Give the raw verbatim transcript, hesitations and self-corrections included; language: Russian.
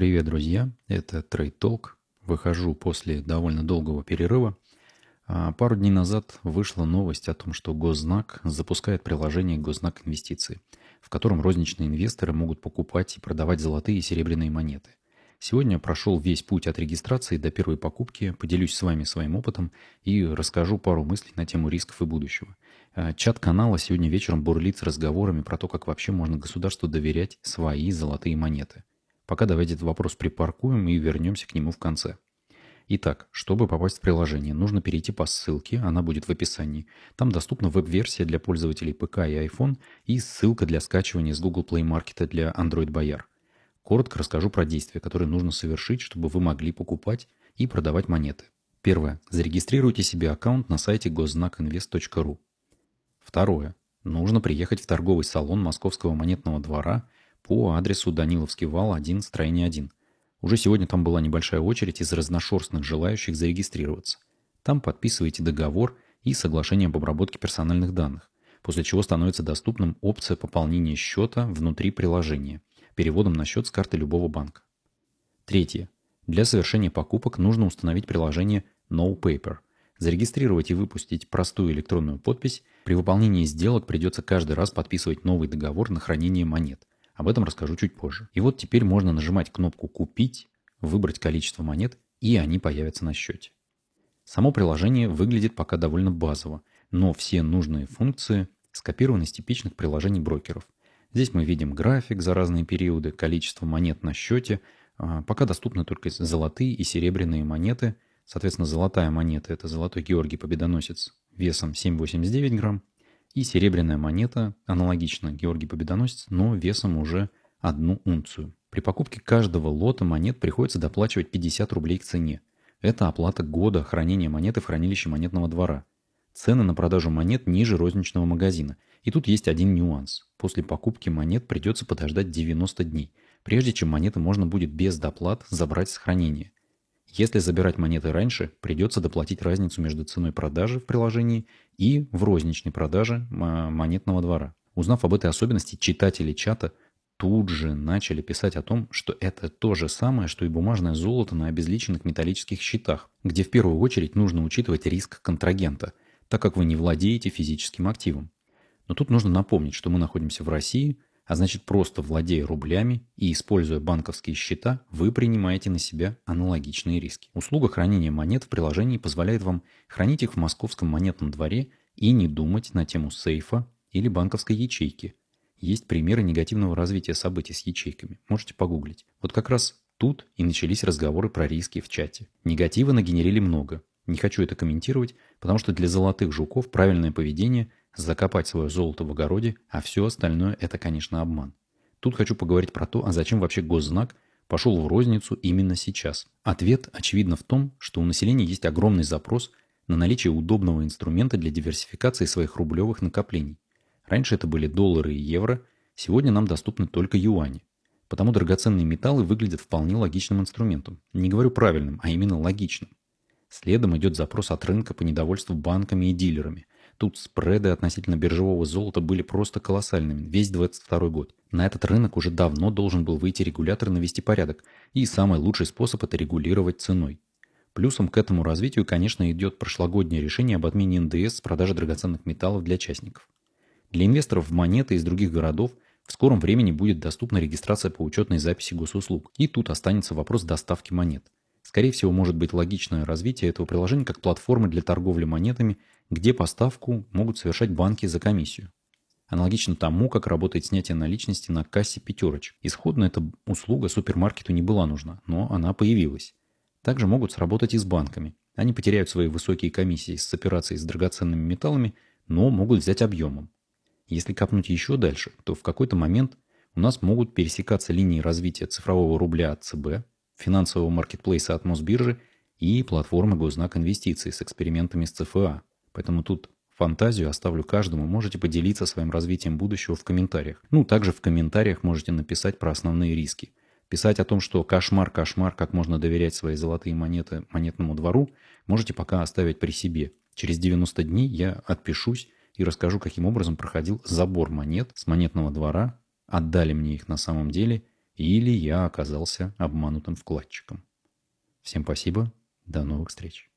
Привет, друзья! Это Trade Talk. Выхожу после довольно долгого перерыва. А, Пару дней назад вышла новость о том, что Госзнак запускает приложение Госзнак Инвестиции, в котором розничные инвесторы могут покупать и продавать золотые и серебряные монеты. Сегодня прошел весь путь от регистрации до первой покупки, поделюсь с вами своим опытом и расскажу пару мыслей на тему рисков и будущего. А, Чат канала сегодня вечером бурлит с разговорами про то, как вообще можно государству доверять свои золотые монеты. Пока давайте этот вопрос припаркуем и вернемся к нему в конце. Итак, чтобы попасть в приложение, нужно перейти по ссылке, она будет в описании. Там доступна веб-версия для пользователей ПК и iPhone и ссылка для скачивания с Google Play Market для Android бояр. Коротко расскажу про действия, которые нужно совершить, чтобы вы могли покупать и продавать монеты. Первое. Зарегистрируйте себе аккаунт на сайте госзнакинвест точка ру. Второе. Нужно приехать в торговый салон Московского монетного двора по адресу Даниловский вал один, строение один. Уже сегодня там была небольшая очередь из разношерстных желающих зарегистрироваться. Там подписываете договор и соглашение об обработке персональных данных, после чего становится доступным опция пополнения счета внутри приложения, переводом на счет с карты любого банка. Третье. Для совершения покупок нужно установить приложение NoPaper. Зарегистрировать и выпустить простую электронную подпись. При выполнении сделок придется каждый раз подписывать новый договор на хранение монет. Об этом расскажу чуть позже. И вот теперь можно нажимать кнопку «Купить», выбрать количество монет, и они появятся на счете. Само приложение выглядит пока довольно базово, но все нужные функции скопированы с типичных приложений брокеров. Здесь мы видим график за разные периоды, количество монет на счете. Пока доступны только золотые и серебряные монеты. Соответственно, золотая монета – это золотой Георгий Победоносец весом семь целых восемьдесят девять грамм. И серебряная монета, аналогично Георгий Победоносец, но весом уже одну унцию. При покупке каждого лота монет приходится доплачивать пятьдесят рублей к цене. Это оплата года хранения монеты в хранилище монетного двора. Цены на продажу монет ниже розничного магазина. И тут есть один нюанс. После покупки монет придется подождать девяносто дней, прежде чем монеты можно будет без доплат забрать с хранения. Если забирать монеты раньше, придется доплатить разницу между ценой продажи в приложении и в розничной продаже монетного двора. Узнав об этой особенности, читатели чата тут же начали писать о том, что это то же самое, что и бумажное золото на обезличенных металлических счетах, где в первую очередь нужно учитывать риск контрагента, так как вы не владеете физическим активом. Но тут нужно напомнить, что мы находимся в России, а значит, просто владея рублями и используя банковские счета, вы принимаете на себя аналогичные риски. Услуга хранения монет в приложении позволяет вам хранить их в московском монетном дворе и не думать на тему сейфа или банковской ячейки. Есть примеры негативного развития событий с ячейками. Можете погуглить. Вот как раз тут и начались разговоры про риски в чате. Негатива нагенерили много. Не хочу это комментировать, потому что для золотых жуков правильное поведение – закопать свое золото в огороде, а все остальное – это, конечно, обман. Тут хочу поговорить про то, а зачем вообще Госзнак пошел в розницу именно сейчас. Ответ очевидно в том, что у населения есть огромный запрос на наличие удобного инструмента для диверсификации своих рублевых накоплений. Раньше это были доллары и евро, сегодня нам доступны только юани. Потому драгоценные металлы выглядят вполне логичным инструментом. Не говорю правильным, а именно логичным. Следом идет запрос от рынка по недовольству банками и дилерами. Тут спреды относительно биржевого золота были просто колоссальными весь двадцать второй год. На этот рынок уже давно должен был выйти регулятор и навести порядок. И самый лучший способ – это регулировать ценой. Плюсом к этому развитию, конечно, идет прошлогоднее решение об отмене эн дэ эс с продажи драгоценных металлов для частников. Для инвесторов в монеты из других городов в скором времени будет доступна регистрация по учетной записи госуслуг. И тут останется вопрос доставки монет. Скорее всего, может быть логичное развитие этого приложения как платформы для торговли монетами, где поставку могут совершать банки за комиссию. Аналогично тому, как работает снятие наличности на кассе пятерочек. Исходно эта услуга супермаркету не была нужна, но она появилась. Также могут сработать и с банками. Они потеряют свои высокие комиссии с операцией с драгоценными металлами, но могут взять объемом. Если копнуть еще дальше, то в какой-то момент у нас могут пересекаться линии развития цифрового рубля от цэ бэ, финансового маркетплейса от Мосбиржи и платформы Госзнак Инвестиций с экспериментами с цэ эф а. Поэтому тут фантазию оставлю каждому. Можете поделиться своим развитием будущего в комментариях. Ну, также в комментариях можете написать про основные риски. Писать о том, что кошмар, кошмар, как можно доверять свои золотые монеты монетному двору, можете пока оставить при себе. Через девяносто дней я отпишусь и расскажу, каким образом проходил забор монет с монетного двора, отдали мне их на самом деле, или я оказался обманутым вкладчиком. Всем спасибо, до новых встреч.